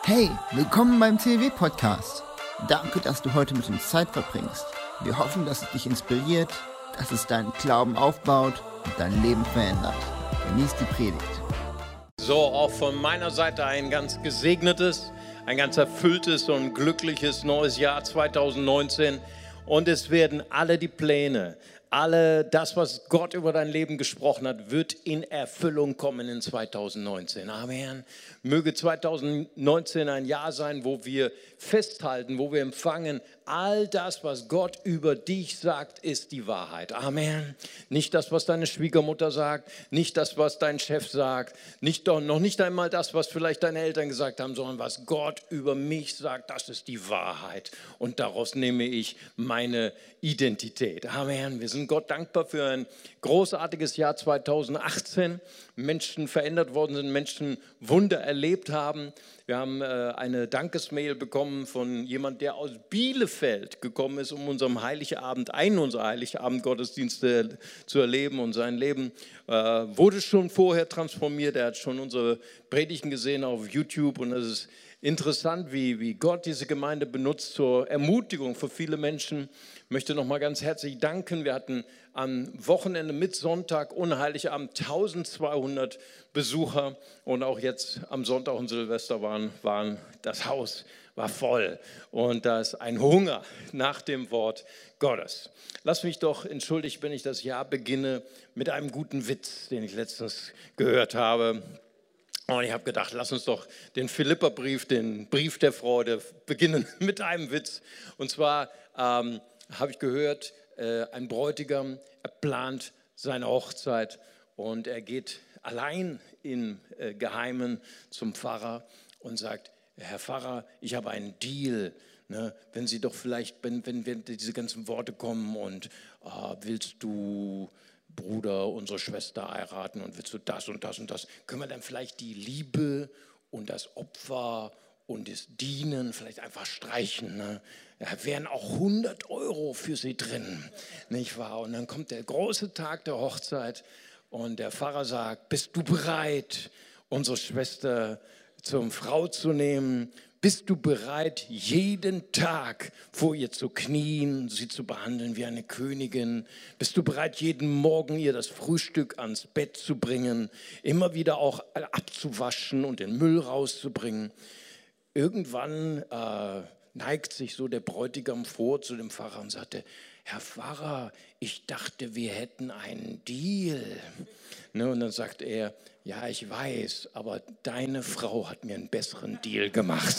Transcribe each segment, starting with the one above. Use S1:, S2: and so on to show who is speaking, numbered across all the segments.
S1: Hey, willkommen beim CEW-Podcast. Danke, dass du heute mit uns Zeit verbringst. Wir hoffen, dass es dich inspiriert, dass es deinen Glauben aufbaut und dein Leben verändert. Genieß die Predigt.
S2: So, auch von meiner Seite ein ganz gesegnetes, ein ganz erfülltes und glückliches neues Jahr 2019. Und es werden alle die Pläne, alle das, was Gott über dein Leben gesprochen hat, wird in Erfüllung kommen in 2019. Amen. Möge 2019 ein Jahr sein, wo wir festhalten, wo wir empfangen, all das, was Gott über dich sagt, ist die Wahrheit. Amen. Nicht das, was deine Schwiegermutter sagt, nicht das, was dein Chef sagt, noch nicht einmal das, was vielleicht deine Eltern gesagt haben, sondern was Gott über mich sagt, das ist die Wahrheit. Und daraus nehme ich meine Identität. Amen. Wir sind Gott dankbar für ein großartiges Jahr 2018. Menschen verändert worden sind, Menschen Wunder erlebt haben. Wir haben eine Dankesmail bekommen von jemand, der aus Bielefeld gekommen ist, um einen unserer Heiligabend-Gottesdienste zu erleben. Und sein Leben wurde schon vorher transformiert. Er hat schon unsere Predigten gesehen auf YouTube. Und es ist interessant, wie Gott diese Gemeinde benutzt zur Ermutigung für viele Menschen. Ich möchte nochmal ganz herzlich danken. Wir hatten am Wochenende mit Sonntag und Heiligabend 1200 Besucher. Und auch jetzt am Sonntag und Silvester waren das Haus war voll. Und da ist ein Hunger nach dem Wort Gottes. Lass mich doch, entschuldigt, wenn ich das Jahr beginne, mit einem guten Witz, den ich letztens gehört habe. Und ich habe gedacht, lass uns doch den Philipperbrief, den Brief der Freude, beginnen mit einem Witz. Und zwar habe ich gehört, ein Bräutigam, er plant seine Hochzeit und er geht allein im Geheimen zum Pfarrer und sagt, Herr Pfarrer, ich habe einen Deal. Ne? Wenn Sie doch vielleicht, wenn diese ganzen Worte kommen und willst du Bruder, unsere Schwester heiraten und willst du das und das und das, können wir dann vielleicht die Liebe und das Opfer und das Dienen vielleicht einfach streichen. Ne? Da wären auch 100 € für sie drin, nicht wahr? Und dann kommt der große Tag der Hochzeit und der Pfarrer sagt, bist du bereit, unsere Schwester zur Frau zu nehmen? Bist du bereit, jeden Tag vor ihr zu knien, sie zu behandeln wie eine Königin? Bist du bereit, jeden Morgen ihr das Frühstück ans Bett zu bringen, immer wieder auch abzuwaschen und den Müll rauszubringen? Irgendwann neigt sich so der Bräutigam vor zu dem Pfarrer und sagte, Herr Pfarrer, ich dachte, wir hätten einen Deal. Ne, und dann sagt er, ja, ich weiß, aber deine Frau hat mir einen besseren Deal gemacht.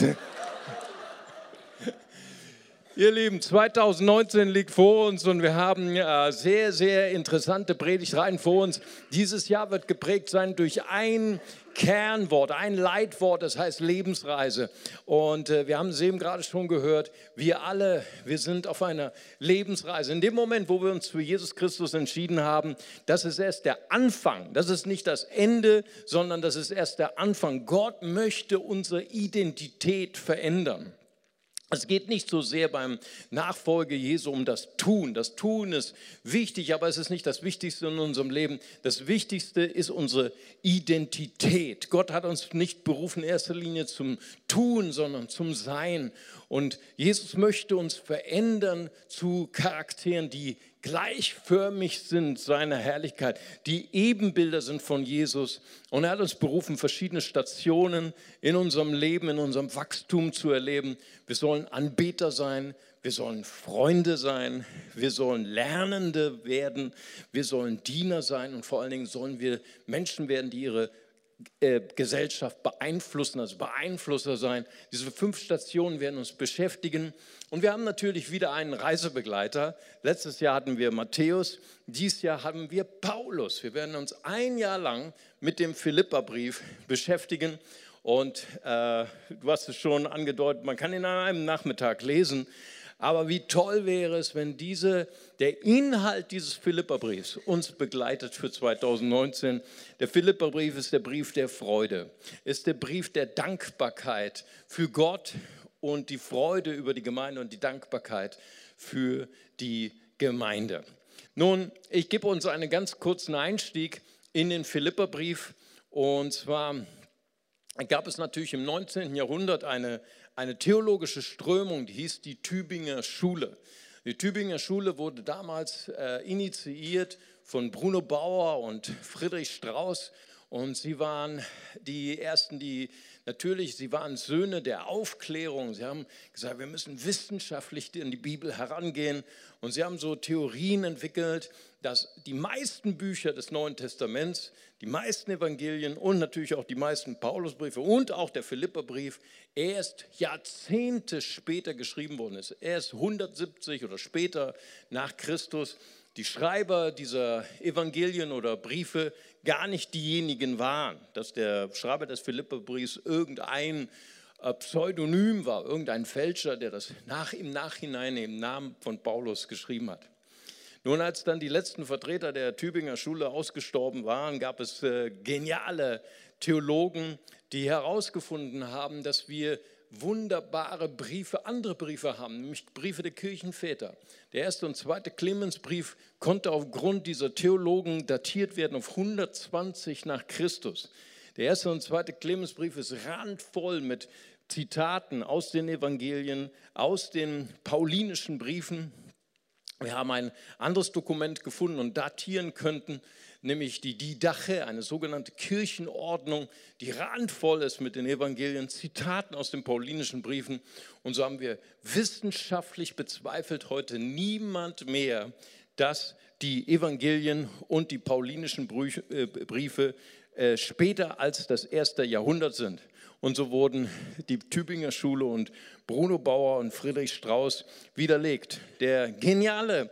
S2: Ihr Lieben, 2019 liegt vor uns und wir haben sehr, sehr interessante Predigtreihen vor uns. Dieses Jahr wird geprägt sein durch ein Kernwort, ein Leitwort, das heißt Lebensreise. Und wir haben es eben gerade schon gehört, wir sind auf einer Lebensreise. In dem Moment, wo wir uns für Jesus Christus entschieden haben, das ist erst der Anfang. Das ist nicht das Ende, sondern das ist erst der Anfang. Gott möchte unsere Identität verändern. Es geht nicht so sehr beim Nachfolge Jesu um das Tun. Das Tun ist wichtig, aber es ist nicht das Wichtigste in unserem Leben. Das Wichtigste ist unsere Identität. Gott hat uns nicht berufen in erster Linie zum Tun, sondern zum Sein. Und Jesus möchte uns verändern zu Charakteren, die gleichförmig sind seiner Herrlichkeit, die Ebenbilder sind von Jesus. Und er hat uns berufen, verschiedene Stationen in unserem Leben, in unserem Wachstum zu erleben. Wir sollen Anbeter sein, wir sollen Freunde sein, wir sollen Lernende werden, wir sollen Diener sein und vor allen Dingen sollen wir Menschen werden, die ihre Gesellschaft beeinflussen, also Beeinflusser sein. Diese 5 Stationen werden uns beschäftigen. Und wir haben natürlich wieder einen Reisebegleiter. Letztes Jahr hatten wir Matthäus, dieses Jahr haben wir Paulus. Wir werden uns ein Jahr lang mit dem Philipperbrief beschäftigen. Und du hast es schon angedeutet, man kann ihn an einem Nachmittag lesen. Aber wie toll wäre es, wenn der Inhalt dieses Philipperbriefs uns begleitet für 2019. Der Philipperbrief ist der Brief der Freude, ist der Brief der Dankbarkeit für Gott und die Freude über die Gemeinde und die Dankbarkeit für die Gemeinde. Nun, ich gebe uns einen ganz kurzen Einstieg in den Philipperbrief und zwar gab es natürlich im 19. Jahrhundert eine theologische Strömung, die hieß die Tübinger Schule. Die Tübinger Schule wurde damals initiiert von Bruno Bauer und Friedrich Strauß. Und sie waren die Ersten, sie waren Söhne der Aufklärung. Sie haben gesagt, wir müssen wissenschaftlich an die Bibel herangehen. Und sie haben so Theorien entwickelt, dass die meisten Bücher des Neuen Testaments, die meisten Evangelien und natürlich auch die meisten Paulusbriefe und auch der Philipperbrief erst Jahrzehnte später geschrieben worden ist. Erst 170 oder später nach Christus. Die Schreiber dieser Evangelien oder Briefe gar nicht diejenigen waren, dass der Schreiber des Philipperbriefs irgendein Pseudonym war, irgendein Fälscher, der das im Nachhinein im Namen von Paulus geschrieben hat. Nun, als dann die letzten Vertreter der Tübinger Schule ausgestorben waren, gab es geniale Theologen, die herausgefunden haben, dass wir wunderbare Briefe, andere Briefe haben, nämlich Briefe der Kirchenväter. Der erste und zweite Clemensbrief konnte aufgrund dieser Theologen datiert werden auf 120 nach Christus. Der erste und zweite Clemensbrief ist randvoll mit Zitaten aus den Evangelien, aus den paulinischen Briefen. Wir haben ein anderes Dokument gefunden und datieren könnten, nämlich die Didache, eine sogenannte Kirchenordnung, die randvoll ist mit den Evangelien, Zitaten aus den paulinischen Briefen. Und so haben wir wissenschaftlich bezweifelt heute niemand mehr, dass die Evangelien und die paulinischen Briefe später als das 1. Jahrhundert sind. Und so wurden die Tübinger Schule und Bruno Bauer und Friedrich Strauß widerlegt. Der geniale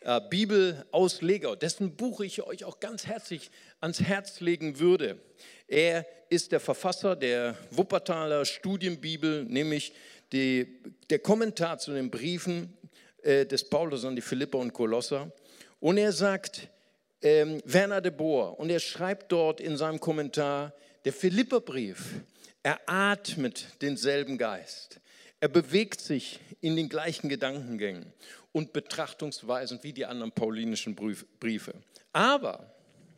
S2: Bibelausleger, dessen Buch ich euch auch ganz herzlich ans Herz legen würde. Er ist der Verfasser der Wuppertaler Studienbibel, nämlich der Kommentar zu den Briefen des Paulus an die Philipper und Kolosser. Und er sagt, Werner de Boer, und er schreibt dort in seinem Kommentar, der Philipperbrief, er atmet denselben Geist. Er bewegt sich in den gleichen Gedankengängen und Betrachtungsweisen wie die anderen paulinischen Briefe. Aber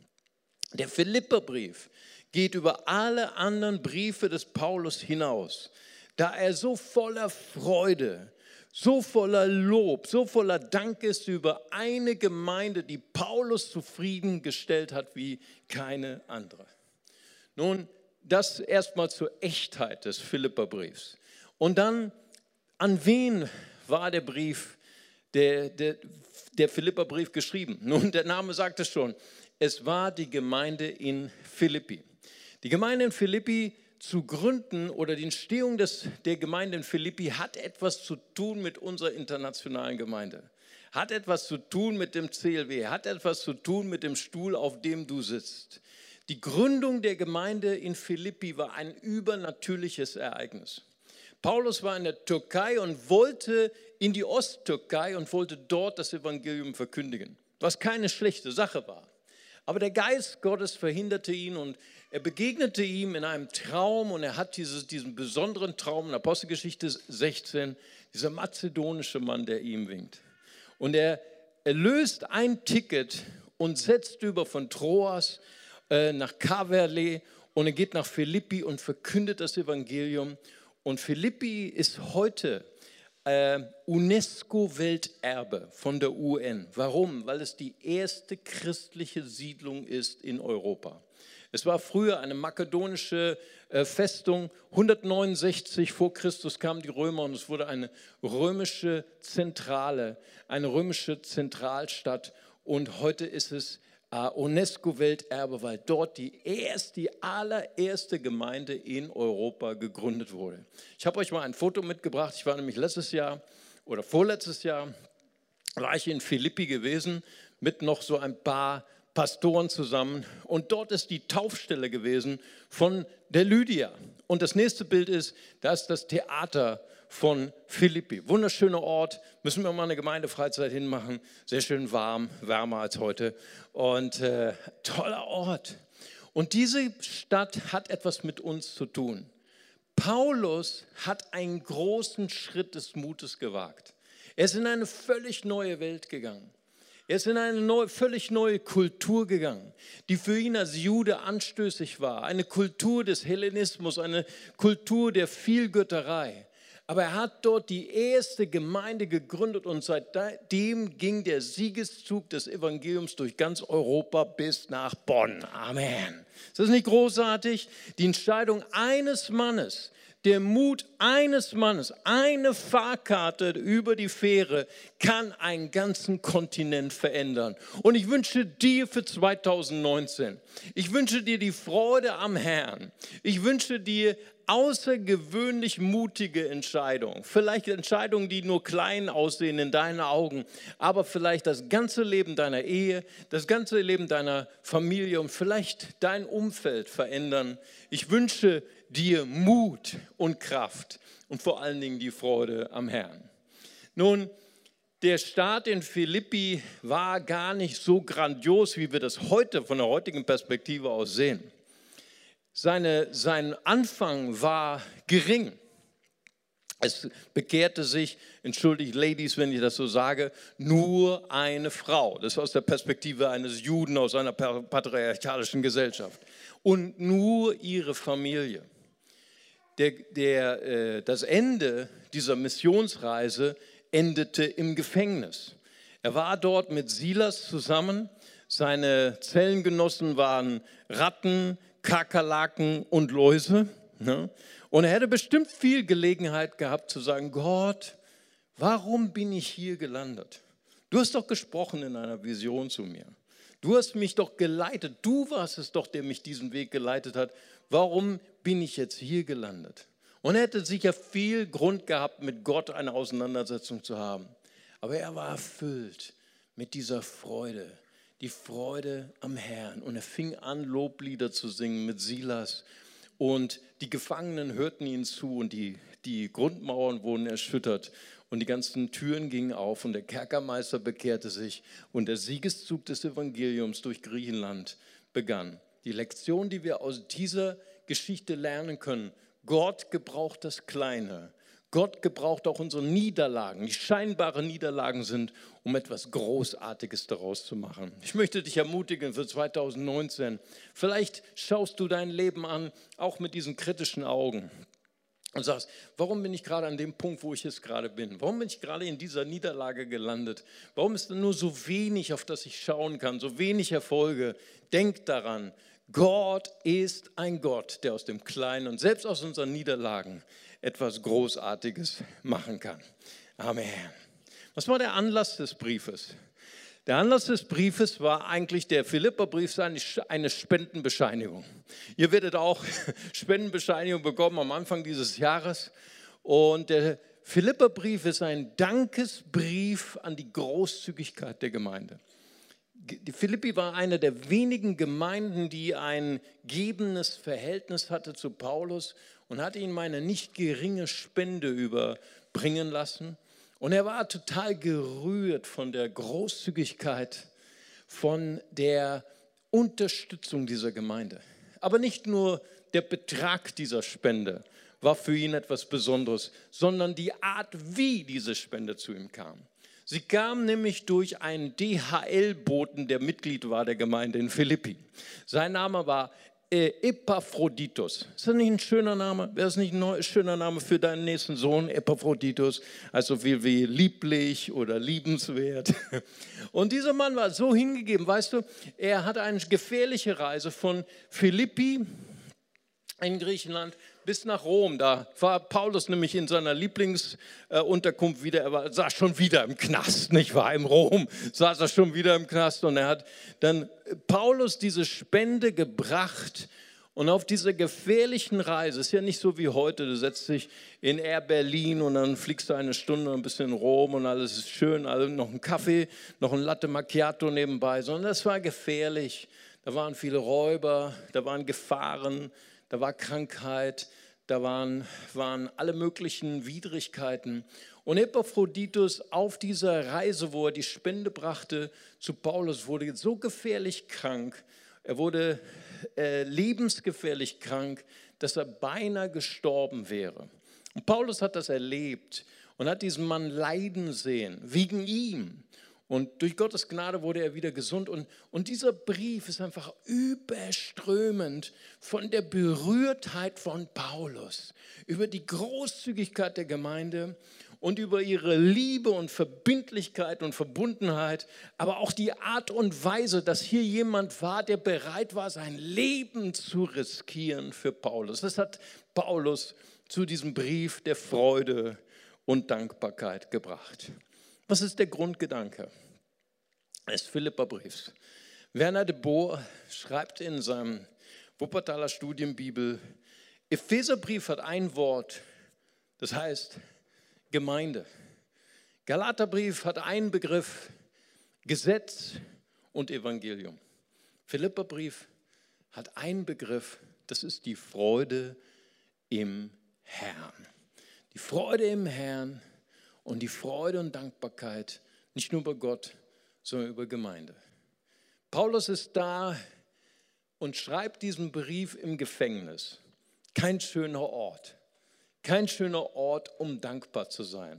S2: der Philipperbrief geht über alle anderen Briefe des Paulus hinaus, da er so voller Freude, so voller Lob, so voller Dank ist über eine Gemeinde, die Paulus zufriedengestellt hat wie keine andere. Nun, das erstmal zur Echtheit des Philipperbriefs. Und dann, an wen war der Brief, der Philipperbrief geschrieben? Nun, der Name sagt es schon. Es war die Gemeinde in Philippi. Die Gemeinde in Philippi zu gründen oder die Entstehung der Gemeinde in Philippi hat etwas zu tun mit unserer internationalen Gemeinde. Hat etwas zu tun mit dem CLW, hat etwas zu tun mit dem Stuhl, auf dem du sitzt. Die Gründung der Gemeinde in Philippi war ein übernatürliches Ereignis. Paulus war in der Türkei und wollte in die Osttürkei und wollte dort das Evangelium verkündigen, was keine schlechte Sache war. Aber der Geist Gottes verhinderte ihn und er begegnete ihm in einem Traum und er hat diesen besonderen Traum in Apostelgeschichte 16, dieser mazedonische Mann, der ihm winkt. Und er löst ein Ticket und setzt über von Troas nach Kaverle und er geht nach Philippi und verkündet das Evangelium. Und Philippi ist heute UNESCO-Welterbe von der UN. Warum? Weil es die erste christliche Siedlung ist in Europa. Es war früher eine makedonische Festung. 169 vor Christus kamen die Römer und es wurde eine römische Zentrale, eine römische Zentralstadt. Und heute ist es UNESCO-Welterbe, weil dort die allererste Gemeinde in Europa gegründet wurde. Ich habe euch mal ein Foto mitgebracht. Ich war nämlich letztes Jahr oder vorletztes Jahr war ich in Philippi gewesen mit noch so ein paar Pastoren zusammen und dort ist die Taufstelle gewesen von der Lydia. Und das nächste Bild ist, das ist das Theater von Philippi. Wunderschöner Ort, müssen wir mal eine Gemeindefreizeit hinmachen. Sehr schön warm, wärmer als heute und toller Ort. Und diese Stadt hat etwas mit uns zu tun. Paulus hat einen großen Schritt des Mutes gewagt. Er ist in eine völlig neue Welt gegangen. Er ist in eine völlig neue Kultur gegangen, die für ihn als Jude anstößig war. Eine Kultur des Hellenismus, eine Kultur der Vielgötterei. Aber er hat dort die erste Gemeinde gegründet und seitdem ging der Siegeszug des Evangeliums durch ganz Europa bis nach Bonn. Amen. Ist das nicht großartig? Die Entscheidung eines Mannes, der Mut eines Mannes, eine Fahrkarte über die Fähre kann einen ganzen Kontinent verändern. Und ich wünsche dir für 2019, ich wünsche dir die Freude am Herrn. Ich wünsche dir außergewöhnlich mutige Entscheidungen. Vielleicht Entscheidungen, die nur klein aussehen in deinen Augen, aber vielleicht das ganze Leben deiner Ehe, das ganze Leben deiner Familie und vielleicht dein Umfeld verändern. Ich wünsche dir Mut und Kraft und vor allen Dingen die Freude am Herrn. Nun, der Start in Philippi war gar nicht so grandios, wie wir das heute von der heutigen Perspektive aus sehen. Sein Anfang war gering. Es bekehrte sich, entschuldigt Ladies, wenn ich das so sage, nur eine Frau. Das aus der Perspektive eines Juden aus einer patriarchalischen Gesellschaft. Und nur ihre Familie. Das Ende dieser Missionsreise endete im Gefängnis. Er war dort mit Silas zusammen. Seine Zellengenossen waren Ratten, Kakerlaken und Läuse. Und er hätte bestimmt viel Gelegenheit gehabt zu sagen, Gott, warum bin ich hier gelandet? Du hast doch gesprochen in einer Vision zu mir. Du hast mich doch geleitet. Du warst es doch, der mich diesen Weg geleitet hat. Warum bin ich jetzt hier gelandet? Und er hätte sicher viel Grund gehabt, mit Gott eine Auseinandersetzung zu haben. Aber er war erfüllt mit dieser Freude. Die Freude am Herrn. Und er fing an, Loblieder zu singen mit Silas. Und die Gefangenen hörten ihnen zu und die Grundmauern wurden erschüttert. Und die ganzen Türen gingen auf und der Kerkermeister bekehrte sich. Und der Siegeszug des Evangeliums durch Griechenland begann. Die Lektion, die wir aus dieser Geschichte lernen können: Gott gebraucht das Kleine. Gott gebraucht auch unsere Niederlagen, die scheinbare Niederlagen sind, um etwas Großartiges daraus zu machen. Ich möchte dich ermutigen für 2019. Vielleicht schaust du dein Leben an, auch mit diesen kritischen Augen. Und sagst, warum bin ich gerade an dem Punkt, wo ich jetzt gerade bin? Warum bin ich gerade in dieser Niederlage gelandet? Warum ist denn nur so wenig, auf das ich schauen kann, so wenig Erfolge? Denk daran, Gott ist ein Gott, der aus dem Kleinen und selbst aus unseren Niederlagen etwas Großartiges machen kann. Amen. Was war der Anlass des Briefes? Der Anlass des Briefes war eigentlich, der Philipperbrief, eine Spendenbescheinigung. Ihr werdet auch Spendenbescheinigung bekommen am Anfang dieses Jahres. Und der Philipperbrief ist ein Dankesbrief an die Großzügigkeit der Gemeinde. Philippi war eine der wenigen Gemeinden, die ein gebendes Verhältnis hatte zu Paulus und hatte ihm eine nicht geringe Spende überbringen lassen. Und er war total gerührt von der Großzügigkeit, von der Unterstützung dieser Gemeinde. Aber nicht nur der Betrag dieser Spende war für ihn etwas Besonderes, sondern die Art, wie diese Spende zu ihm kam. Sie kam nämlich durch einen DHL-Boten, der Mitglied war der Gemeinde in Philippi. Sein Name war Epaphroditus. Ist das nicht ein schöner Name? Wäre das nicht ein schöner Name für deinen nächsten Sohn, Epaphroditus? Also so viel wie lieblich oder liebenswert. Und dieser Mann war so hingegeben, weißt du, er hatte eine gefährliche Reise von Philippi in Griechenland bis nach Rom. Da war Paulus nämlich in seiner Lieblingsunterkunft wieder. Saß schon wieder im Knast, nicht wahr? In Rom saß er schon wieder im Knast. Und er hat dann Paulus diese Spende gebracht. Und auf dieser gefährlichen Reise, ist ja nicht so wie heute, du setzt dich in Air Berlin und dann fliegst du eine Stunde ein bisschen in Rom und alles ist schön, also noch ein Kaffee, noch ein Latte Macchiato nebenbei, sondern das war gefährlich. Da waren viele Räuber, da waren Gefahren, da war Krankheit, da waren alle möglichen Widrigkeiten. Und Epaphroditus auf dieser Reise, wo er die Spende brachte zu Paulus, wurde so gefährlich krank, er wurde lebensgefährlich krank, dass er beinahe gestorben wäre. Und Paulus hat das erlebt und hat diesen Mann leiden sehen, wegen ihm. Und durch Gottes Gnade wurde er wieder gesund. Und dieser Brief ist einfach überströmend von der Berührtheit von Paulus, über die Großzügigkeit der Gemeinde und über ihre Liebe und Verbindlichkeit und Verbundenheit, aber auch die Art und Weise, dass hier jemand war, der bereit war, sein Leben zu riskieren für Paulus. Das hat Paulus zu diesem Brief der Freude und Dankbarkeit gebracht. Was ist der Grundgedanke des Philipperbriefs? Werner de Boer schreibt in seinem Wuppertaler Studienbibel, Epheserbrief hat ein Wort, das heißt Gemeinde. Galaterbrief hat einen Begriff, Gesetz und Evangelium. Philipperbrief hat einen Begriff, das ist die Freude im Herrn. Die Freude im Herrn und die Freude und Dankbarkeit, nicht nur über Gott, sondern über Gemeinde. Paulus ist da und schreibt diesen Brief im Gefängnis. Kein schöner Ort. Kein schöner Ort, um dankbar zu sein.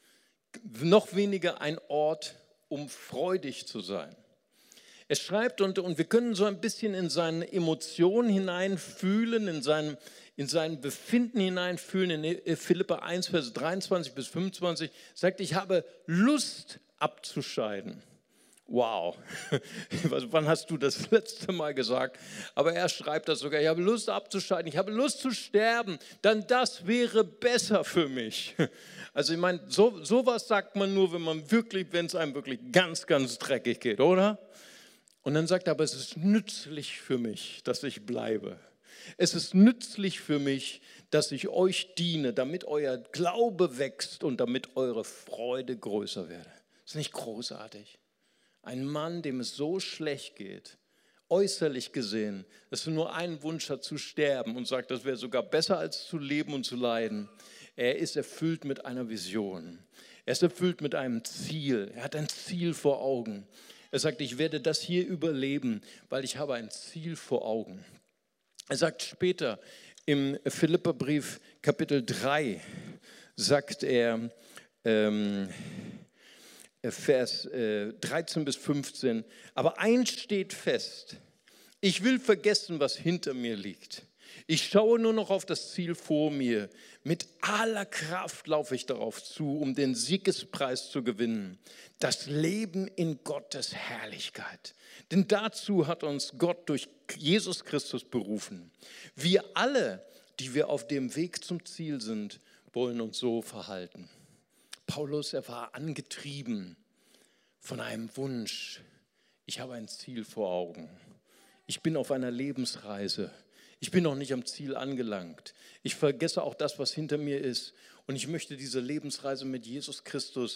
S2: Noch weniger ein Ort, um freudig zu sein. Er schreibt und wir können so ein bisschen in seine Emotionen hineinfühlen, in sein Befinden hineinfühlen. In Philipper 1, Vers 23 bis 25 sagt, ich habe Lust abzuscheiden. Wow, wann hast du das letzte Mal gesagt? Aber er schreibt das sogar, ich habe Lust abzuscheiden, ich habe Lust zu sterben, dann das wäre besser für mich. Also ich meine, sowas sagt man nur, wenn es einem wirklich ganz, ganz dreckig geht, oder? Und dann sagt er, aber es ist nützlich für mich, dass ich bleibe. Es ist nützlich für mich, dass ich euch diene, damit euer Glaube wächst und damit eure Freude größer werde. Ist nicht großartig? Ein Mann, dem es so schlecht geht, äußerlich gesehen, dass er nur einen Wunsch hat, zu sterben und sagt, das wäre sogar besser als zu leben und zu leiden. Er ist erfüllt mit einer Vision. Er ist erfüllt mit einem Ziel. Er hat ein Ziel vor Augen. Er sagt, ich werde das hier überleben, weil ich habe ein Ziel vor Augen. Er sagt später im Philipperbrief Kapitel 3, sagt er, Vers 13 bis 15, aber eins steht fest, ich will vergessen, was hinter mir liegt. Ich schaue nur noch auf das Ziel vor mir. Mit aller Kraft laufe ich darauf zu, um den Siegespreis zu gewinnen. Das Leben in Gottes Herrlichkeit. Denn dazu hat uns Gott durch Jesus Christus berufen. Wir alle, die wir auf dem Weg zum Ziel sind, wollen uns so verhalten. Paulus, er war angetrieben von einem Wunsch. Ich habe ein Ziel vor Augen. Ich bin auf einer Lebensreise. Ich bin noch nicht am Ziel angelangt. Ich vergesse auch das, was hinter mir ist. Und ich möchte diese Lebensreise mit Jesus Christus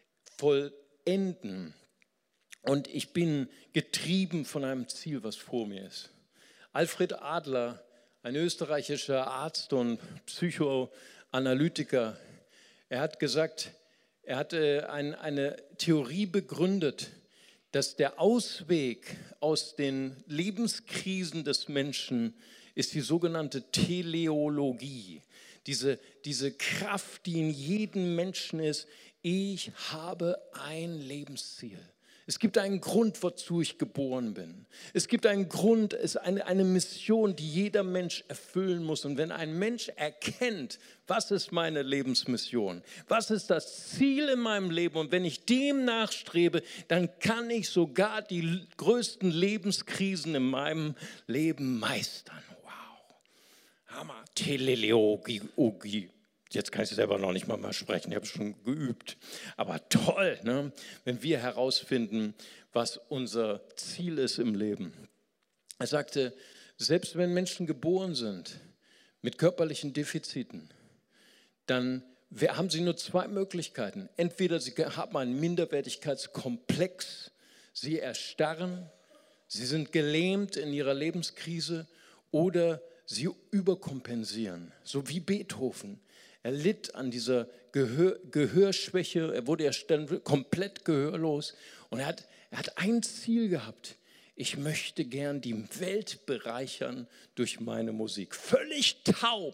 S2: vollenden. Und ich bin getrieben von einem Ziel, was vor mir ist. Alfred Adler, ein österreichischer Arzt und Psychoanalytiker, er hat gesagt, er hatte eine Theorie begründet, dass der Ausweg aus den Lebenskrisen des Menschen ist die sogenannte Teleologie. Diese Kraft, die in jedem Menschen ist, ich habe ein Lebensziel. Es gibt einen Grund, wozu ich geboren bin. Es gibt einen Grund, es ist eine Mission, die jeder Mensch erfüllen muss. Und wenn ein Mensch erkennt, was ist meine Lebensmission, was ist das Ziel in meinem Leben und wenn ich dem nachstrebe, dann kann ich sogar die größten Lebenskrisen in meinem Leben meistern. Wow, Hammer, Teleologie. Jetzt kann ich selber noch nicht mal sprechen, ich habe es schon geübt. Aber toll, ne? Wenn wir herausfinden, was unser Ziel ist im Leben. Er sagte, selbst wenn Menschen geboren sind mit körperlichen Defiziten, dann haben sie nur zwei Möglichkeiten. Entweder sie haben einen Minderwertigkeitskomplex, sie erstarren, sie sind gelähmt in ihrer Lebenskrise oder sie überkompensieren, so wie Beethoven. Er litt an dieser Gehörschwäche, er wurde ja komplett gehörlos und er hat ein Ziel gehabt. Ich möchte gern die Welt bereichern durch meine Musik. Völlig taub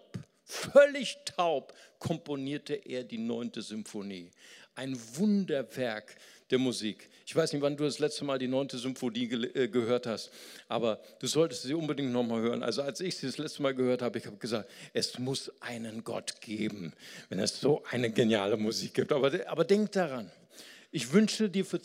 S2: völlig taub, komponierte er die 9. Symphonie. Ein Wunderwerk der Musik. Ich weiß nicht, wann du das letzte Mal die 9. Symphonie gehört hast, aber du solltest sie unbedingt nochmal hören. Also als ich sie das letzte Mal gehört habe, ich habe gesagt, es muss einen Gott geben, wenn es so eine geniale Musik gibt. Aber denk daran, ich wünsche dir für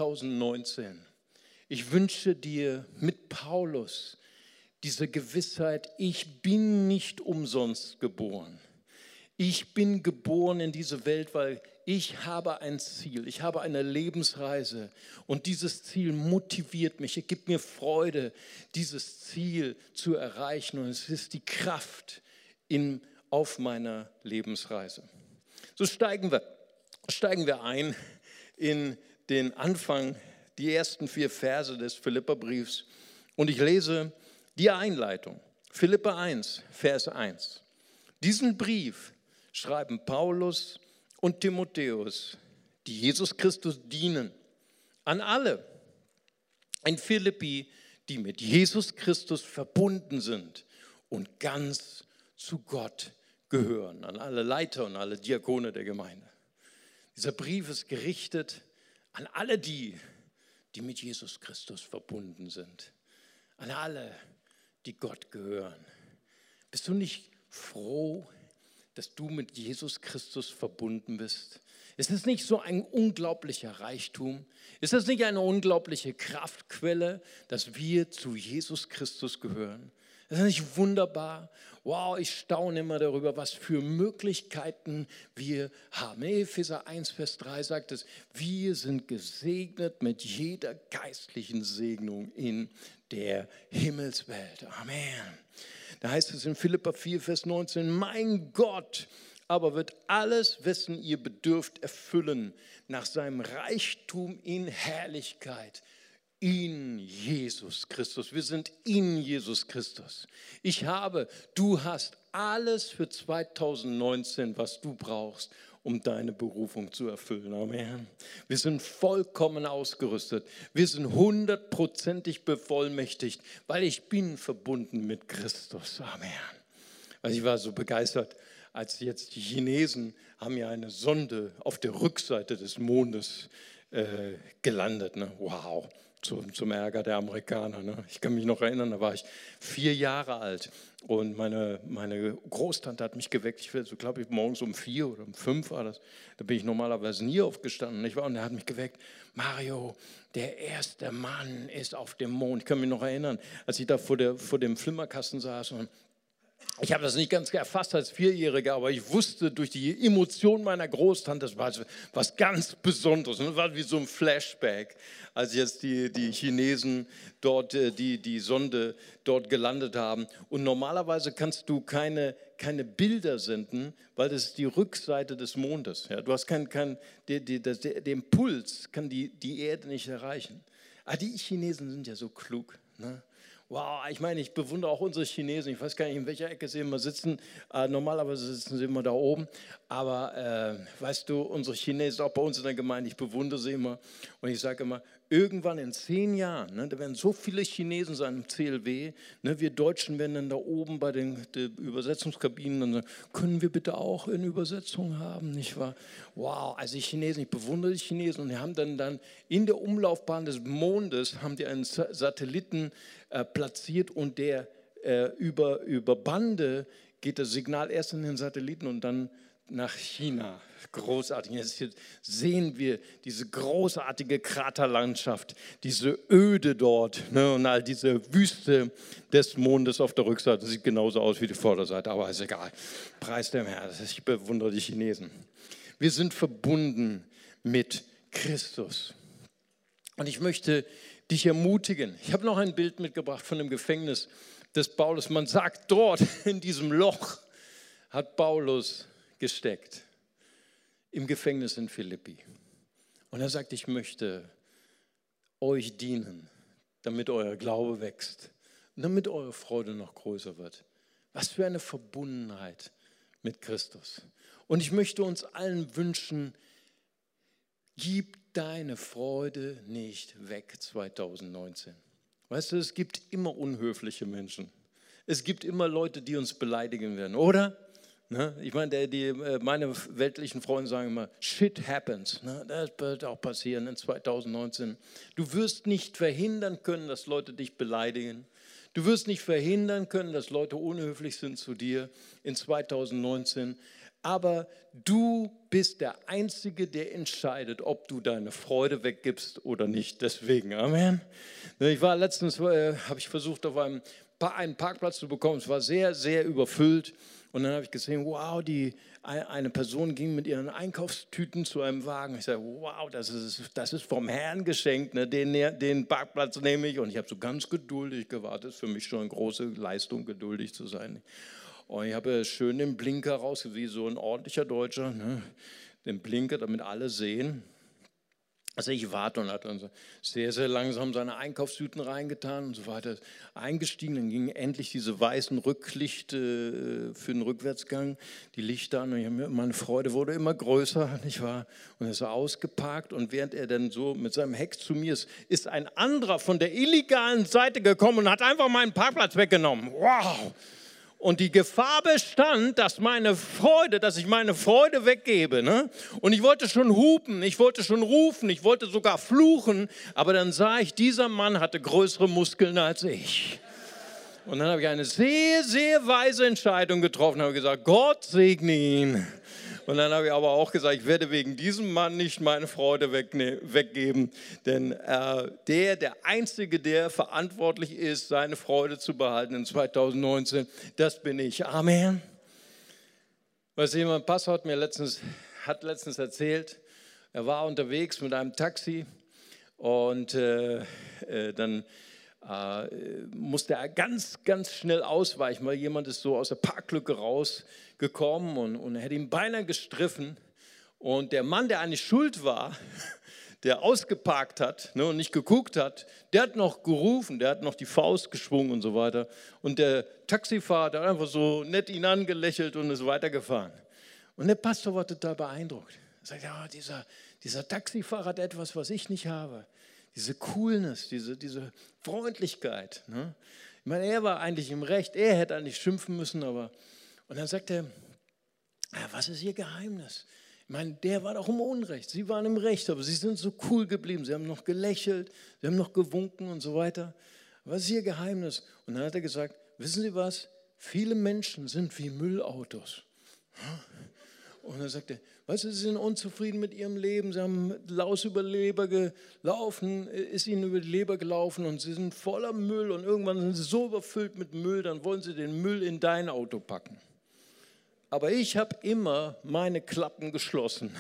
S2: 2019, ich wünsche dir mit Paulus diese Gewissheit, ich bin nicht umsonst geboren. Ich bin geboren in diese Welt, weil ich habe ein Ziel, ich habe eine Lebensreise und dieses Ziel motiviert mich, es gibt mir Freude, dieses Ziel zu erreichen und es ist die Kraft auf meiner Lebensreise. So steigen wir ein in den Anfang, die ersten 4 Verse des Philipperbriefs und ich lese die Einleitung, Philipper 1, Vers 1. Diesen Brief schreiben Paulus und Timotheus, die Jesus Christus dienen, an alle in Philippi, die mit Jesus Christus verbunden sind und ganz zu Gott gehören, an alle Leiter und alle Diakone der Gemeinde. Dieser Brief ist gerichtet an alle die mit Jesus Christus verbunden sind, an alle, die Gott gehören. Bist du nicht froh, dass du mit Jesus Christus verbunden bist? Ist es nicht so ein unglaublicher Reichtum? Ist es nicht eine unglaubliche Kraftquelle, dass wir zu Jesus Christus gehören? Ist das nicht wunderbar? Wow, ich staune immer darüber, was für Möglichkeiten wir haben. Epheser 1, Vers 3 sagt es, wir sind gesegnet mit jeder geistlichen Segnung in der Himmelswelt. Amen. Da heißt es in Philipper 4, Vers 19, mein Gott aber wird alles, wessen ihr bedürft, erfüllen nach seinem Reichtum in Herrlichkeit in Jesus Christus. Wir sind in Jesus Christus. Du hast alles für 2019, was du brauchst, um deine Berufung zu erfüllen. Amen. Wir sind vollkommen ausgerüstet. Wir sind 100%ig bevollmächtigt, weil ich bin verbunden mit Christus. Amen. Also ich war so begeistert, als jetzt die Chinesen haben ja eine Sonde auf der Rückseite des Mondes gelandet. Ne? Wow. Zum Ärger der Amerikaner. Ne? Ich kann mich noch erinnern, da war ich 4 Jahre alt und meine Großtante hat mich geweckt. Ich war so, glaube ich, morgens um 4 oder um 5 war das. Da bin ich normalerweise nie aufgestanden. Nicht wahr? Und er hat mich geweckt. Mario, der erste Mann ist auf dem Mond. Ich kann mich noch erinnern, als ich da vor dem Flimmerkasten saß und ich habe das nicht ganz erfasst als 4-Jähriger, aber ich wusste durch die Emotion meiner Großtante, das war was ganz Besonderes. Das war wie so ein Flashback, als jetzt die Chinesen dort die Sonde dort gelandet haben. Und normalerweise kannst du keine Bilder senden, weil das ist die Rückseite des Mondes. Ja, du hast den Impuls kann die Erde nicht erreichen. Aber die Chinesen sind ja so klug, ne? Wow, ich meine, ich bewundere auch unsere Chinesen. Ich weiß gar nicht, in welcher Ecke sie immer sitzen. Normalerweise sitzen sie immer da oben. Aber weißt du, unsere Chinesen, auch bei uns in der Gemeinde, ich bewundere sie immer. Und ich sage immer, irgendwann in 10 Jahren, ne, da werden so viele Chinesen sein im CLW. Ne, wir Deutschen werden dann da oben bei den Übersetzungskabinen dann sagen, können wir bitte auch eine Übersetzung haben, nicht wahr? Wow, also die Chinesen, ich bewundere die Chinesen. Und die haben dann in der Umlaufbahn des Mondes haben die einen Satelliten platziert und der über Bande geht das Signal erst in den Satelliten und dann nach China. Großartig. Jetzt sehen wir diese großartige Kraterlandschaft, diese Öde dort, ne, und all diese Wüste des Mondes auf der Rückseite. Sieht genauso aus wie die Vorderseite, aber ist egal. Preis dem Herrn. Ich bewundere die Chinesen. Wir sind verbunden mit Christus. Und ich möchte dich ermutigen. Ich habe noch ein Bild mitgebracht von dem Gefängnis des Paulus. Man sagt, dort in diesem Loch hat Paulus gesteckt, im Gefängnis in Philippi. Und er sagt, ich möchte euch dienen, damit euer Glaube wächst und damit eure Freude noch größer wird. Was für eine Verbundenheit mit Christus. Und ich möchte uns allen wünschen, gib deine Freude nicht weg 2019. Weißt du, es gibt immer unhöfliche Menschen. Es gibt immer Leute, die uns beleidigen werden, oder? Ne? Ich meine, meine weltlichen Freunde sagen immer, shit happens. Ne? Das wird auch passieren in 2019. Du wirst nicht verhindern können, dass Leute dich beleidigen. Du wirst nicht verhindern können, dass Leute unhöflich sind zu dir in 2019. Aber du bist der Einzige, der entscheidet, ob du deine Freude weggibst oder nicht. Deswegen, Amen. Ich war letztens, habe ich versucht, auf einen Parkplatz zu bekommen. Es war sehr, sehr überfüllt. Und dann habe ich gesehen, wow, eine Person ging mit ihren Einkaufstüten zu einem Wagen. Ich sage, wow, das ist vom Herrn geschenkt, ne? Den Parkplatz nehme ich. Und ich habe so ganz geduldig gewartet. Das ist für mich schon eine große Leistung, geduldig zu sein. Und ich habe schön den Blinker raus, wie so ein ordentlicher Deutscher, ne? Den Blinker, damit alle sehen. Also ich warte und hat dann so sehr, sehr langsam seine Einkaufstüten reingetan und so weiter, eingestiegen. Dann gingen endlich diese weißen Rücklichte für den Rückwärtsgang, die Lichter an. Und meine Freude wurde immer größer, nicht wahr? Und er ist so ausgeparkt. Und während er dann so mit seinem Heck zu mir ist ein anderer von der illegalen Seite gekommen und hat einfach meinen Parkplatz weggenommen. Wow! Und die Gefahr bestand, dass ich meine Freude weggebe. Ne? Und ich wollte schon hupen, ich wollte schon rufen, ich wollte sogar fluchen. Aber dann sah ich, dieser Mann hatte größere Muskeln als ich. Und dann habe ich eine sehr, sehr weise Entscheidung getroffen. Habe gesagt, Gott segne ihn. Und dann habe ich aber auch gesagt, ich werde wegen diesem Mann nicht meine Freude weggeben. Denn der Einzige, der verantwortlich ist, seine Freude zu behalten in 2019, das bin ich. Amen. Weißt du, mein Pastor hat letztens erzählt, er war unterwegs mit einem Taxi und dann musste er ganz, ganz schnell ausweichen, weil jemand ist so aus der Parklücke rausgekommen und er hätte ihn beinahe gestriffen. Und der Mann, der eigentlich schuld war, der ausgeparkt hat, ne, und nicht geguckt hat, der hat noch gerufen, der hat noch die Faust geschwungen und so weiter. Und der Taxifahrer hat einfach so nett ihn angelächelt und ist weitergefahren. Und der Pastor war total beeindruckt. Er sagt, ja, dieser Taxifahrer hat etwas, was ich nicht habe. Diese Coolness, diese Freundlichkeit. Ne? Ich meine, er war eigentlich im Recht, er hätte eigentlich schimpfen müssen, aber... Und dann sagt er, ja, was ist Ihr Geheimnis? Ich meine, der war doch im Unrecht, Sie waren im Recht, aber Sie sind so cool geblieben, Sie haben noch gelächelt, Sie haben noch gewunken und so weiter. Was ist Ihr Geheimnis? Und dann hat er gesagt, wissen Sie was, viele Menschen sind wie Müllautos. Und dann sagt er, weißt du, Sie sind unzufrieden mit Ihrem Leben, Sie haben Laus über die Leber gelaufen, ist Ihnen über die Leber gelaufen und Sie sind voller Müll und irgendwann sind Sie so überfüllt mit Müll, dann wollen Sie den Müll in dein Auto packen. Aber ich habe immer meine Klappen geschlossen.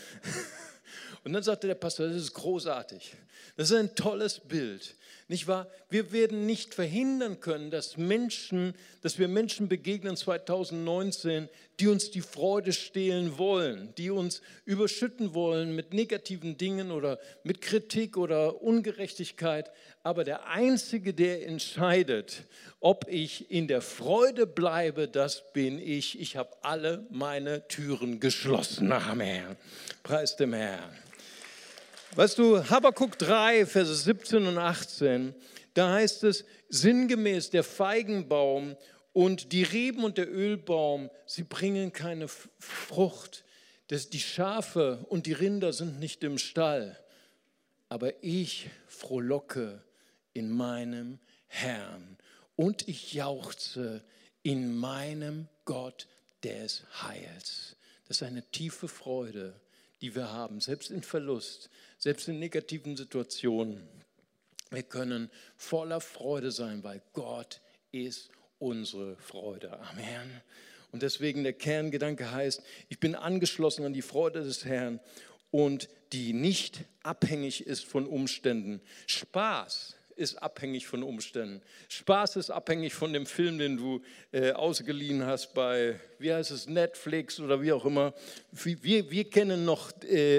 S2: Und dann sagte der Pastor, das ist großartig, das ist ein tolles Bild. Nicht wahr? Wir werden nicht verhindern können, dass wir Menschen begegnen 2019, die uns die Freude stehlen wollen, die uns überschütten wollen mit negativen Dingen oder mit Kritik oder Ungerechtigkeit. Aber der Einzige, der entscheidet, ob ich in der Freude bleibe, das bin ich. Ich habe alle meine Türen geschlossen. Amen. Preis dem Herrn. Weißt du, Habakuk 3, Verse 17 und 18, da heißt es sinngemäß, der Feigenbaum und die Reben und der Ölbaum, sie bringen keine Frucht. Die Schafe und die Rinder sind nicht im Stall. Aber ich frohlocke in meinem Herrn und ich jauchze in meinem Gott des Heils. Das ist eine tiefe Freude, die wir haben, selbst in Verlust, selbst in negativen Situationen. Wir können voller Freude sein, weil Gott ist unsere Freude. Amen. Und deswegen der Kerngedanke heißt, ich bin angeschlossen an die Freude des Herrn und die nicht abhängig ist von Umständen. Spaß ist abhängig von Umständen. Spaß ist abhängig von dem Film, den du ausgeliehen hast bei, wie heißt es, Netflix oder wie auch immer. Wir kennen noch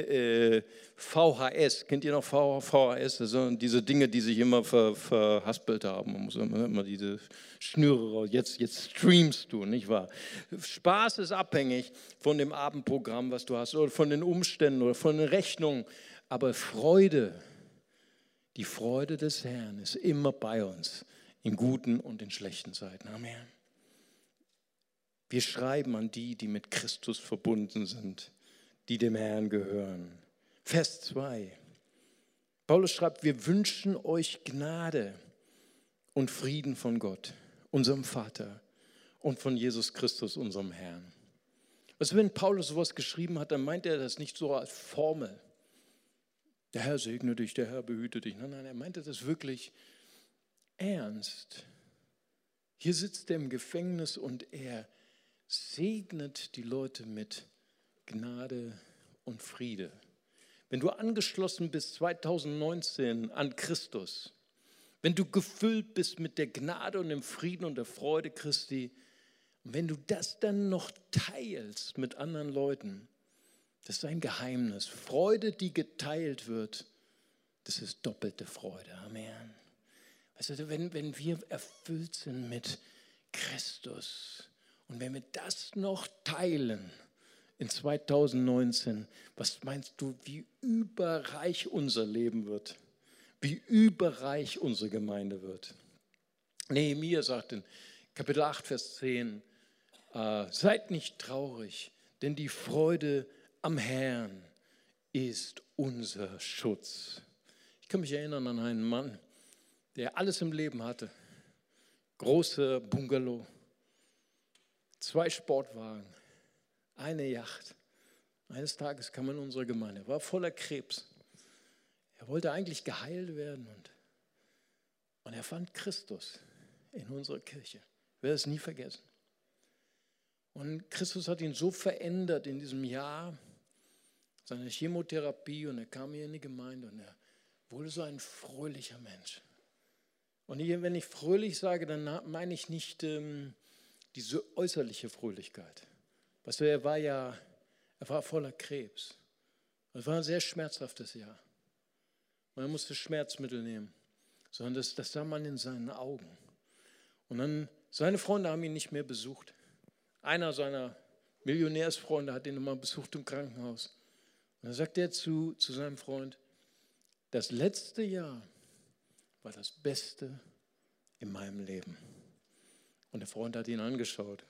S2: VHS. Kennt ihr noch VHS? Das sind diese Dinge, die sich immer verhaspelt haben. Man muss immer diese Schnüre raus. Jetzt streamst du, nicht wahr? Spaß ist abhängig von dem Abendprogramm, was du hast, oder von den Umständen oder von den Rechnungen. Aber Freude, die Freude des Herrn ist immer bei uns, in guten und in schlechten Zeiten. Amen. Wir schreiben an die, die mit Christus verbunden sind, die dem Herrn gehören. Vers 2. Paulus schreibt, wir wünschen euch Gnade und Frieden von Gott, unserem Vater, und von Jesus Christus, unserem Herrn. Also wenn Paulus sowas geschrieben hat, dann meint er das nicht so als Formel. Der Herr segne dich, der Herr behüte dich. Nein, er meinte das wirklich ernst. Hier sitzt er im Gefängnis und er segnet die Leute mit Gnade und Friede. Wenn du angeschlossen bist 2019 an Christus, wenn du gefüllt bist mit der Gnade und dem Frieden und der Freude Christi, und wenn du das dann noch teilst mit anderen Leuten, das ist ein Geheimnis. Freude, die geteilt wird, das ist doppelte Freude. Amen. Weißt du, wenn wir erfüllt sind mit Christus und wenn wir das noch teilen in 2019, was meinst du, wie überreich unser Leben wird? Wie überreich unsere Gemeinde wird? Nehemia sagt in Kapitel 8, Vers 10, seid nicht traurig, denn die Freude am Herrn ist unser Schutz. Ich kann mich erinnern an einen Mann, der alles im Leben hatte. Großer Bungalow, 2 Sportwagen, eine Yacht. Eines Tages kam er in unsere Gemeinde, war voller Krebs. Er wollte eigentlich geheilt werden und er fand Christus in unserer Kirche. Ich werde es nie vergessen. Und Christus hat ihn so verändert in diesem Jahr, seine Chemotherapie, und er kam hier in die Gemeinde und er wurde so ein fröhlicher Mensch. Und wenn ich fröhlich sage, dann meine ich nicht diese äußerliche Fröhlichkeit. Weißt du, er war voller Krebs. Es war ein sehr schmerzhaftes Jahr. Und er musste Schmerzmittel nehmen. Sondern das sah man in seinen Augen. Und dann, seine Freunde haben ihn nicht mehr besucht. Einer seiner Millionärsfreunde hat ihn immer besucht im Krankenhaus. Und dann sagt er zu seinem Freund, das letzte Jahr war das Beste in meinem Leben. Und der Freund hat ihn angeschaut.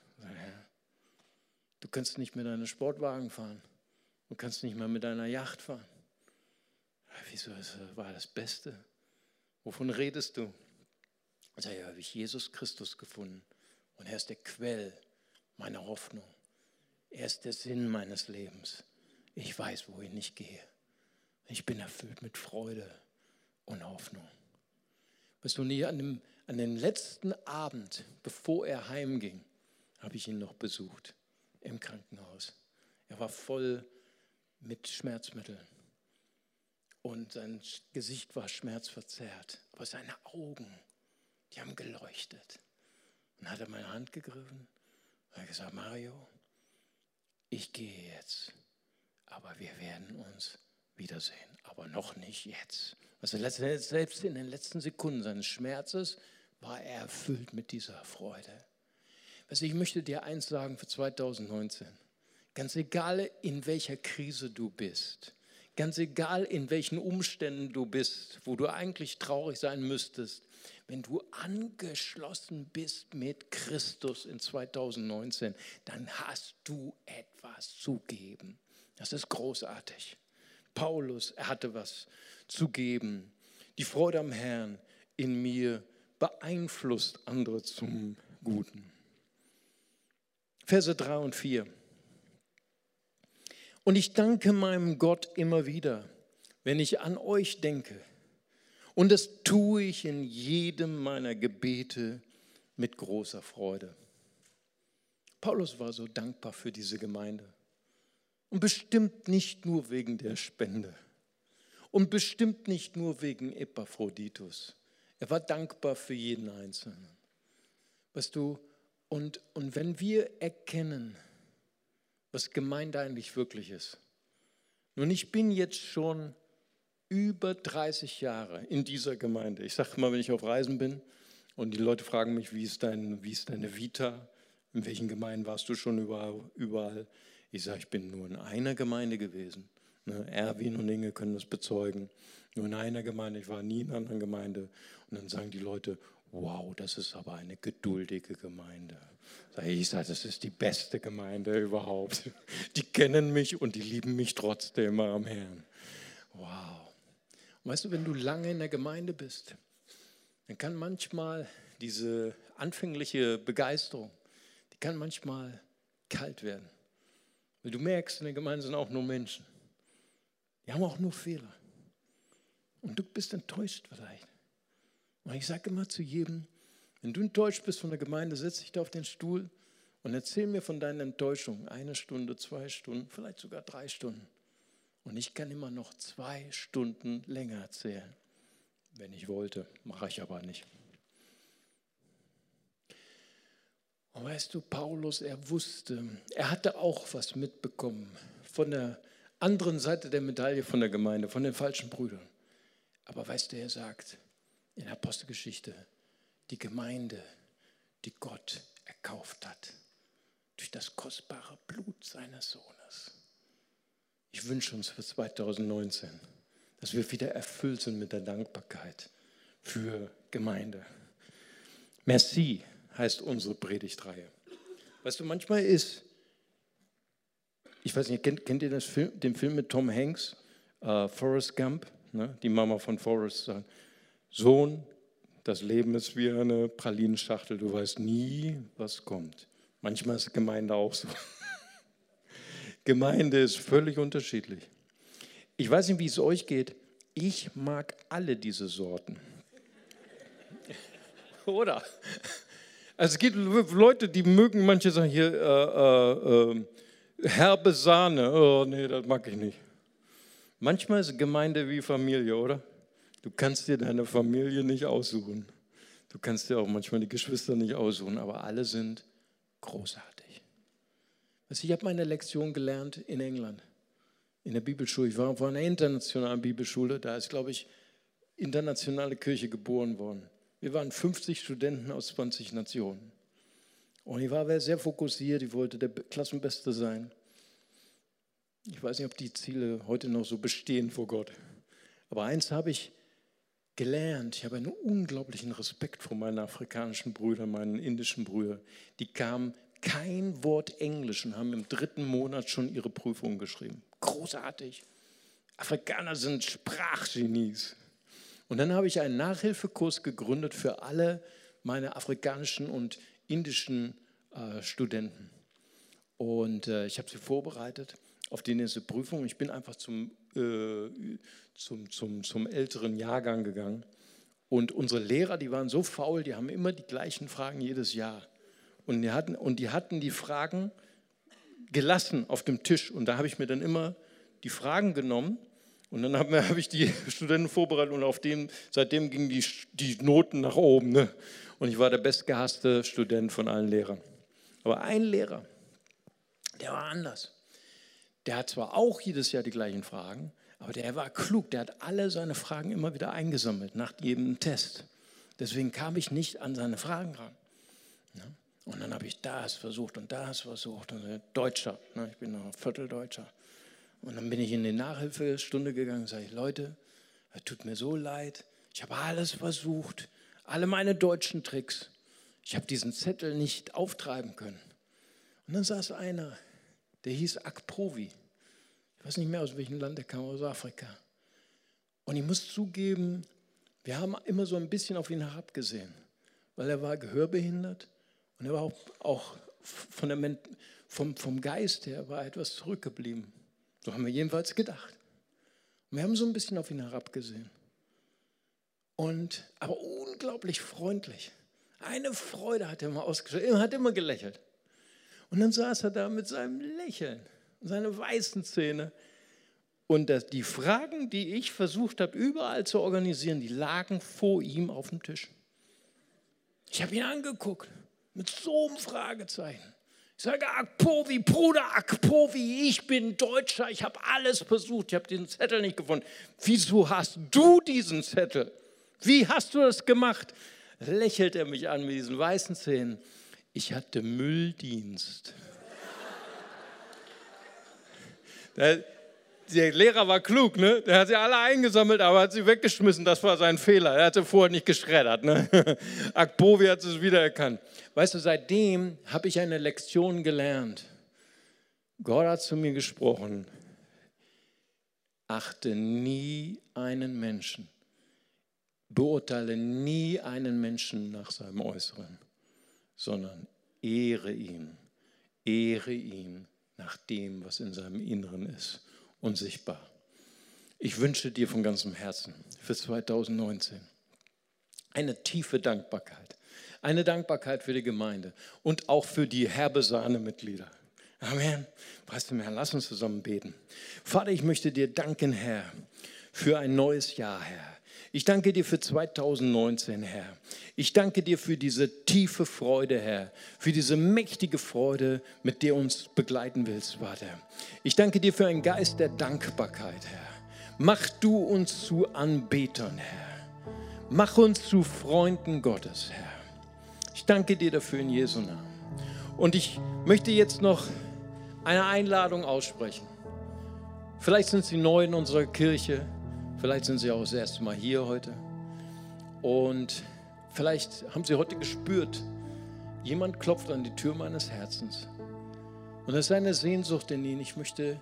S2: Du kannst nicht mit deinem Sportwagen fahren. Du kannst nicht mal mit deiner Yacht fahren. Wieso war das Beste? Wovon redest du? Und ja, habe ich Jesus Christus gefunden. Und er ist der Quell meiner Hoffnung. Er ist der Sinn meines Lebens. Ich weiß, wohin ich gehe. Ich bin erfüllt mit Freude und Hoffnung. Weißt du, nie an den letzten Abend, bevor er heimging, habe ich ihn noch besucht im Krankenhaus. Er war voll mit Schmerzmitteln und sein Gesicht war schmerzverzerrt. Aber seine Augen, die haben geleuchtet. Und hat er meine Hand gegriffen und hat gesagt, Mario, ich gehe jetzt, aber wir werden uns wiedersehen, aber noch nicht jetzt. Also selbst in den letzten Sekunden seines Schmerzes war er erfüllt mit dieser Freude. Also ich möchte dir eins sagen für 2019. Ganz egal, in welcher Krise du bist, ganz egal, in welchen Umständen du bist, wo du eigentlich traurig sein müsstest, wenn du angeschlossen bist mit Christus in 2019, dann hast du etwas zu geben. Das ist großartig. Paulus, er hatte was zu geben. Die Freude am Herrn in mir beeinflusst andere zum Guten. Verse 3 und 4. Und ich danke meinem Gott immer wieder, wenn ich an euch denke. Und das tue ich in jedem meiner Gebete mit großer Freude. Paulus war so dankbar für diese Gemeinde. Und bestimmt nicht nur wegen der Spende. Und bestimmt nicht nur wegen Epaphroditus. Er war dankbar für jeden Einzelnen. Weißt du, und wenn wir erkennen, was Gemeinde eigentlich wirklich ist. Nun, ich bin jetzt schon über 30 Jahre in dieser Gemeinde. Ich sage mal, wenn ich auf Reisen bin und die Leute fragen mich, wie ist deine Vita? In welchen Gemeinden warst du schon überall? Ich sage, ich bin nur in einer Gemeinde gewesen. Erwin und Inge können das bezeugen. Nur in einer Gemeinde, ich war nie in einer anderen Gemeinde. Und dann sagen die Leute, wow, das ist aber eine geduldige Gemeinde. Ich sage, das ist die beste Gemeinde überhaupt. Die kennen mich und die lieben mich trotzdem am Herrn. Wow. Und weißt du, wenn du lange in der Gemeinde bist, dann kann manchmal diese anfängliche Begeisterung, die kann manchmal kalt werden. Weil du merkst, in der Gemeinde sind auch nur Menschen. Die haben auch nur Fehler. Und du bist enttäuscht vielleicht. Und ich sage immer zu jedem, wenn du enttäuscht bist von der Gemeinde, setz dich da auf den Stuhl und erzähl mir von deinen Enttäuschungen. 1 Stunde, 2 Stunden, vielleicht sogar 3 Stunden. Und ich kann immer noch 2 Stunden länger erzählen. Wenn ich wollte, mache ich aber nicht. Und weißt du, Paulus, er wusste, er hatte auch was mitbekommen von der anderen Seite der Medaille von der Gemeinde, von den falschen Brüdern. Aber weißt du, er sagt in der Apostelgeschichte, die Gemeinde, die Gott erkauft hat, durch das kostbare Blut seines Sohnes. Ich wünsche uns für 2019, dass wir wieder erfüllt sind mit der Dankbarkeit für Gemeinde. Merci heißt unsere Predigtreihe. Weißt du, manchmal ist, ich weiß nicht, kennt ihr den Film mit Tom Hanks, Forrest Gump, ne? Die Mama von Forrest sagt, Sohn, das Leben ist wie eine Pralinenschachtel, du weißt nie, was kommt. Manchmal ist Gemeinde auch so. Gemeinde ist völlig unterschiedlich. Ich weiß nicht, wie es euch geht. Ich mag alle diese Sorten. Oder? Also es gibt Leute, die mögen, manche sagen hier herbe Sahne. Oh nee, das mag ich nicht. Manchmal ist Gemeinde wie Familie, oder? Du kannst dir deine Familie nicht aussuchen. Du kannst dir auch manchmal die Geschwister nicht aussuchen, aber alle sind großartig. Also ich habe meine Lektion gelernt in England, in der Bibelschule. Ich war auf einer internationalen Bibelschule, da ist, glaube ich, internationale Kirche geboren worden. Wir waren 50 Studenten aus 20 Nationen. Und ich war sehr fokussiert, ich wollte der Klassenbeste sein. Ich weiß nicht, ob die Ziele heute noch so bestehen vor Gott. Aber eins habe ich gelernt, ich habe einen unglaublichen Respekt vor meinen afrikanischen Brüdern, meinen indischen Brüdern. Die kamen kein Wort Englisch und haben im 3. Monat schon ihre Prüfungen geschrieben. Großartig. Afrikaner sind Sprachgenies. Und dann habe ich einen Nachhilfekurs gegründet für alle meine afrikanischen und indischen Studenten. Und ich habe sie vorbereitet auf die nächste Prüfung. Ich bin einfach zum älteren Jahrgang gegangen. Und unsere Lehrer, die waren so faul, die haben immer die gleichen Fragen jedes Jahr. Und die hatten die Fragen gelassen auf dem Tisch. Und da habe ich mir dann immer die Fragen genommen. Und dann habe ich die Studenten vorbereitet und seitdem gingen die Noten nach oben. Ne? Und ich war der bestgehasste Student von allen Lehrern. Aber ein Lehrer, der war anders. Der hat zwar auch jedes Jahr die gleichen Fragen, aber der war klug. Der hat alle seine Fragen immer wieder eingesammelt nach jedem Test. Deswegen kam ich nicht an seine Fragen ran. Ne? Und dann habe ich das versucht und das versucht. Und Deutscher, ne? Ich bin noch ein Vierteldeutscher. Und dann bin ich in die Nachhilfestunde gegangen und sage, Leute, es tut mir so leid. Ich habe alles versucht, alle meine deutschen Tricks. Ich habe diesen Zettel nicht auftreiben können. Und dann saß einer, der hieß Akprovi. Ich weiß nicht mehr, aus welchem Land er kam, aus Afrika. Und ich muss zugeben, wir haben immer so ein bisschen auf ihn herabgesehen, weil er war gehörbehindert und er war auch vom Geist her war etwas zurückgeblieben. So haben wir jedenfalls gedacht. Und wir haben so ein bisschen auf ihn herabgesehen. Aber unglaublich freundlich. Eine Freude hat er immer ausgestrahlt. Er hat immer gelächelt. Und dann saß er da mit seinem Lächeln und seine weißen Zähne. Und die Fragen, die ich versucht habe, überall zu organisieren, die lagen vor ihm auf dem Tisch. Ich habe ihn angeguckt mit so einem Fragezeichen. Ich sage, Akpovi, Bruder Akpovi, ich bin Deutscher, ich habe alles versucht, ich habe diesen Zettel nicht gefunden. Wieso hast du diesen Zettel? Wie hast du das gemacht? Lächelt er mich an mit diesen weißen Zähnen. Ich hatte Mülldienst. Der Lehrer war klug, ne? Der hat sie alle eingesammelt, aber hat sie weggeschmissen. Das war sein Fehler. Er hat sie vorher nicht geschreddert, ne? Akpovi hat es wiedererkannt. Weißt du, seitdem habe ich eine Lektion gelernt. Gott hat zu mir gesprochen. Achte nie einen Menschen. Beurteile nie einen Menschen nach seinem Äußeren, sondern ehre ihn nach dem, was in seinem Inneren ist, unsichtbar. Ich wünsche dir von ganzem Herzen für 2019 eine tiefe Dankbarkeit, eine Dankbarkeit für die Gemeinde und auch für die Herbe Sahne-Mitglieder. Amen. Preis dem Herrn, lass uns zusammen beten. Vater, ich möchte dir danken, Herr, für ein neues Jahr, Herr. Ich danke dir für 2019, Herr. Ich danke dir für diese tiefe Freude, Herr, für diese mächtige Freude, mit der du uns begleiten willst, Vater. Ich danke dir für einen Geist der Dankbarkeit, Herr. Mach du uns zu Anbetern, Herr. Mach uns zu Freunden Gottes, Herr. Ich danke dir dafür in Jesu Namen. Und ich möchte jetzt noch eine Einladung aussprechen. Vielleicht sind Sie neu in unserer Kirche. Vielleicht sind Sie auch das erste Mal hier heute und vielleicht haben Sie heute gespürt, jemand klopft an die Tür meines Herzens und das ist eine Sehnsucht in Ihnen. Ich möchte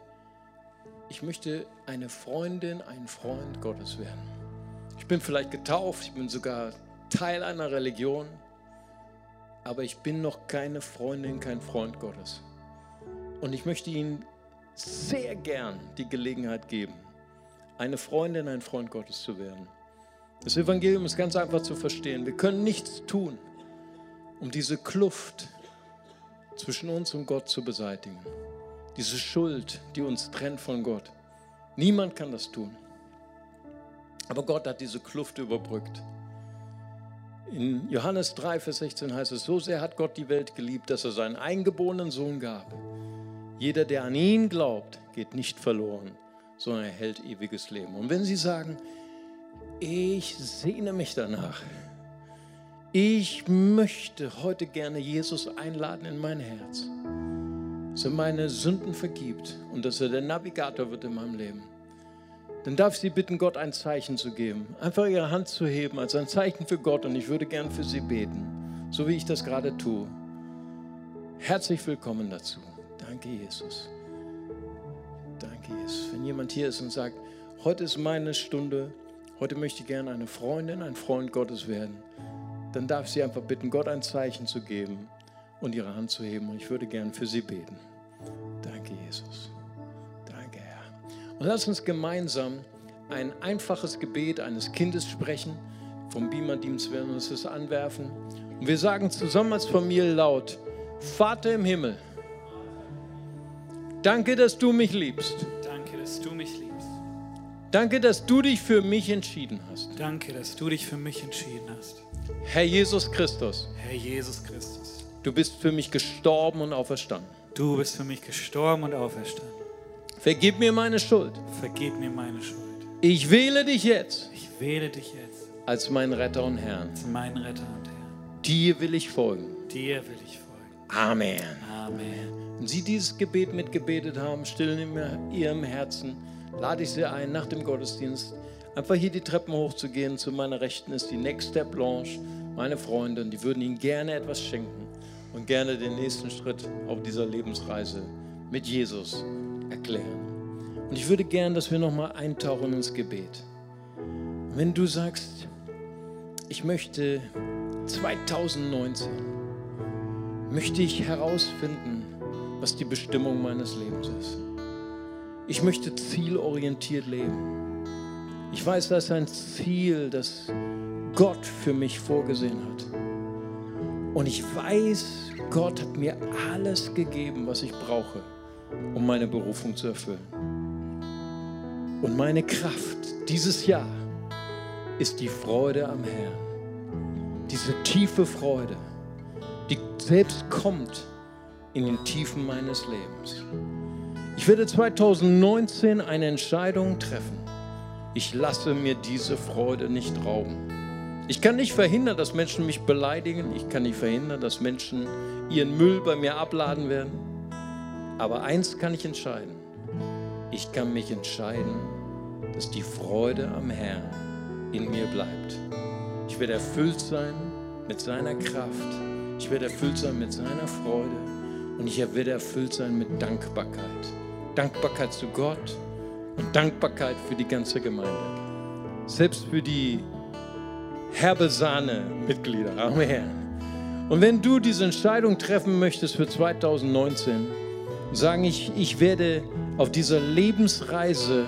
S2: eine Freundin, ein Freund Gottes werden. Ich bin vielleicht getauft, ich bin sogar Teil einer Religion, aber ich bin noch keine Freundin, kein Freund Gottes. Und ich möchte Ihnen sehr gern die Gelegenheit geben, eine Freundin, ein Freund Gottes zu werden. Das Evangelium ist ganz einfach zu verstehen. Wir können nichts tun, um diese Kluft zwischen uns und Gott zu beseitigen. Diese Schuld, die uns trennt von Gott. Niemand kann das tun. Aber Gott hat diese Kluft überbrückt. In Johannes 3, Vers 16 heißt es, so sehr hat Gott die Welt geliebt, dass er seinen eingeborenen Sohn gab. Jeder, der an ihn glaubt, geht nicht verloren, sondern erhält ewiges Leben. Und wenn Sie sagen, ich sehne mich danach, ich möchte heute gerne Jesus einladen in mein Herz, dass er meine Sünden vergibt und dass er der Navigator wird in meinem Leben, dann darf ich Sie bitten, Gott ein Zeichen zu geben, einfach Ihre Hand zu heben als ein Zeichen für Gott und ich würde gern für Sie beten, so wie ich das gerade tue. Herzlich willkommen dazu. Danke, Jesus. Danke, Jesus. Wenn jemand hier ist und sagt, heute ist meine Stunde, heute möchte ich gerne eine Freundin, ein Freund Gottes werden, dann darf ich Sie einfach bitten, Gott ein Zeichen zu geben und Ihre Hand zu heben. Und ich würde gerne für Sie beten. Danke, Jesus. Danke, Herr. Und lass uns gemeinsam ein einfaches Gebet eines Kindes sprechen. Vom Beamer-Dienst werden wir uns das anwerfen. Und wir sagen zusammen als Familie laut, Vater im Himmel, danke, dass du mich liebst.
S3: Danke, dass du mich liebst.
S2: Danke, dass du dich für mich entschieden hast.
S3: Danke, dass du dich für mich entschieden hast.
S2: Herr Jesus Christus,
S3: Herr Jesus Christus,
S2: du bist für mich gestorben und auferstanden.
S3: du bist für mich gestorben und auferstanden.
S2: Vergib mir meine Schuld.
S3: Vergib mir meine Schuld.
S2: Ich wähle dich jetzt
S3: Ich wähle dich jetzt
S2: als meinen Retter und Herrn.
S3: als meinen Retter und Herrn.
S2: Dir will ich folgen.
S3: Dir will ich folgen.
S2: Amen.
S3: Amen.
S2: Wenn Sie dieses Gebet mitgebetet haben, still in Ihrem Herzen, lade ich Sie ein, nach dem Gottesdienst einfach hier die Treppen hochzugehen. Zu meiner Rechten ist die Nächste Blanche, meine Freundin. Die würden Ihnen gerne etwas schenken und gerne den nächsten Schritt auf dieser Lebensreise mit Jesus erklären. Und ich würde gerne, dass wir nochmal eintauchen ins Gebet. Wenn du sagst, ich möchte 2019, möchte ich herausfinden, was die Bestimmung meines Lebens ist. Ich möchte zielorientiert leben. Ich weiß, das ist ein Ziel, das Gott für mich vorgesehen hat. Und ich weiß, Gott hat mir alles gegeben, was ich brauche, um meine Berufung zu erfüllen. Und meine Kraft dieses Jahr ist die Freude am Herrn. Diese tiefe Freude, die selbst kommt in den Tiefen meines Lebens. Ich werde 2019 eine Entscheidung treffen. Ich lasse mir diese Freude nicht rauben. Ich kann nicht verhindern, dass Menschen mich beleidigen. Ich kann nicht verhindern, dass Menschen ihren Müll bei mir abladen werden. Aber eins kann ich entscheiden. Ich kann mich entscheiden, dass die Freude am Herrn in mir bleibt. Ich werde erfüllt sein mit seiner Kraft. Ich werde erfüllt sein mit seiner Freude. Und ich werde erfüllt sein mit Dankbarkeit. Dankbarkeit zu Gott und Dankbarkeit für die ganze Gemeinde. Selbst für die herbe Sahne-Mitglieder. Amen. Und wenn du diese Entscheidung treffen möchtest für 2019, sagen ich werde auf dieser Lebensreise,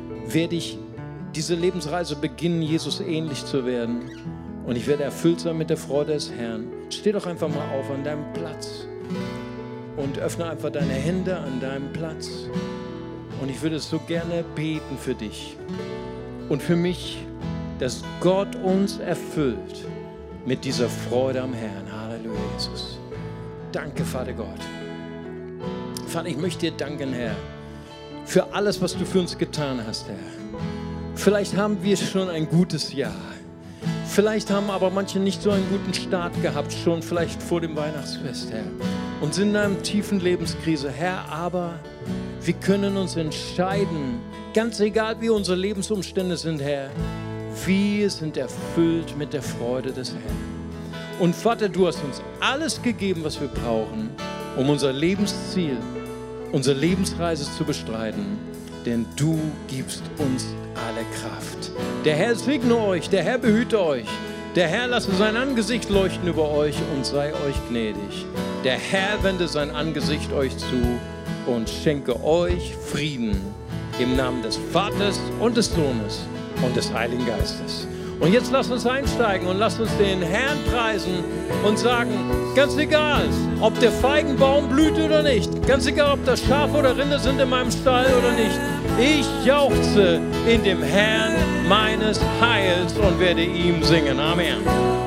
S2: beginnen, Jesus ähnlich zu werden. Und ich werde erfüllt sein mit der Freude des Herrn. Steh doch einfach mal auf an deinem Platz und öffne einfach deine Hände an deinem Platz. Und ich würde so gerne beten für dich und für mich, dass Gott uns erfüllt mit dieser Freude am Herrn. Halleluja, Jesus. Danke, Vater Gott. Vater, ich möchte dir danken, Herr, für alles, was du für uns getan hast, Herr. Vielleicht haben wir schon ein gutes Jahr. Vielleicht haben aber manche nicht so einen guten Start gehabt, schon vielleicht vor dem Weihnachtsfest, Herr. Und sind in einer tiefen Lebenskrise, Herr, aber wir können uns entscheiden, ganz egal wie unsere Lebensumstände sind, Herr, wir sind erfüllt mit der Freude des Herrn. Und Vater, du hast uns alles gegeben, was wir brauchen, um unser Lebensziel, unsere Lebensreise zu bestreiten, denn du gibst uns alle Kraft. Der Herr segne euch, der Herr behüte euch, der Herr lasse sein Angesicht leuchten über euch und sei euch gnädig. Der Herr wende sein Angesicht euch zu und schenke euch Frieden im Namen des Vaters und des Sohnes und des Heiligen Geistes. Und jetzt lasst uns einsteigen und lasst uns den Herrn preisen und sagen, ganz egal, ob der Feigenbaum blüht oder nicht, ganz egal, ob das Schafe oder Rinder sind in meinem Stall oder nicht, ich jauchze in dem Herrn meines Heils und werde ihm singen. Amen.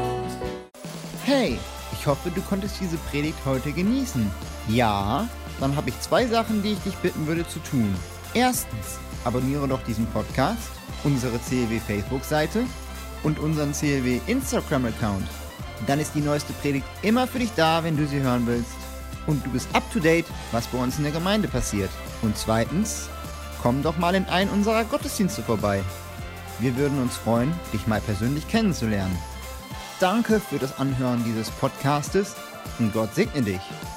S1: Hey, ich hoffe, du konntest diese Predigt heute genießen. Ja, dann habe ich 2 Sachen, die ich dich bitten würde zu tun. Erstens, abonniere doch diesen Podcast, unsere CLW Facebook-Seite und unseren CLW Instagram-Account. Dann ist die neueste Predigt immer für dich da, wenn du sie hören willst. Und du bist up to date, was bei uns in der Gemeinde passiert. Und zweitens, komm doch mal in einen unserer Gottesdienste vorbei. Wir würden uns freuen, dich mal persönlich kennenzulernen. Danke für das Anhören dieses Podcastes und Gott segne dich.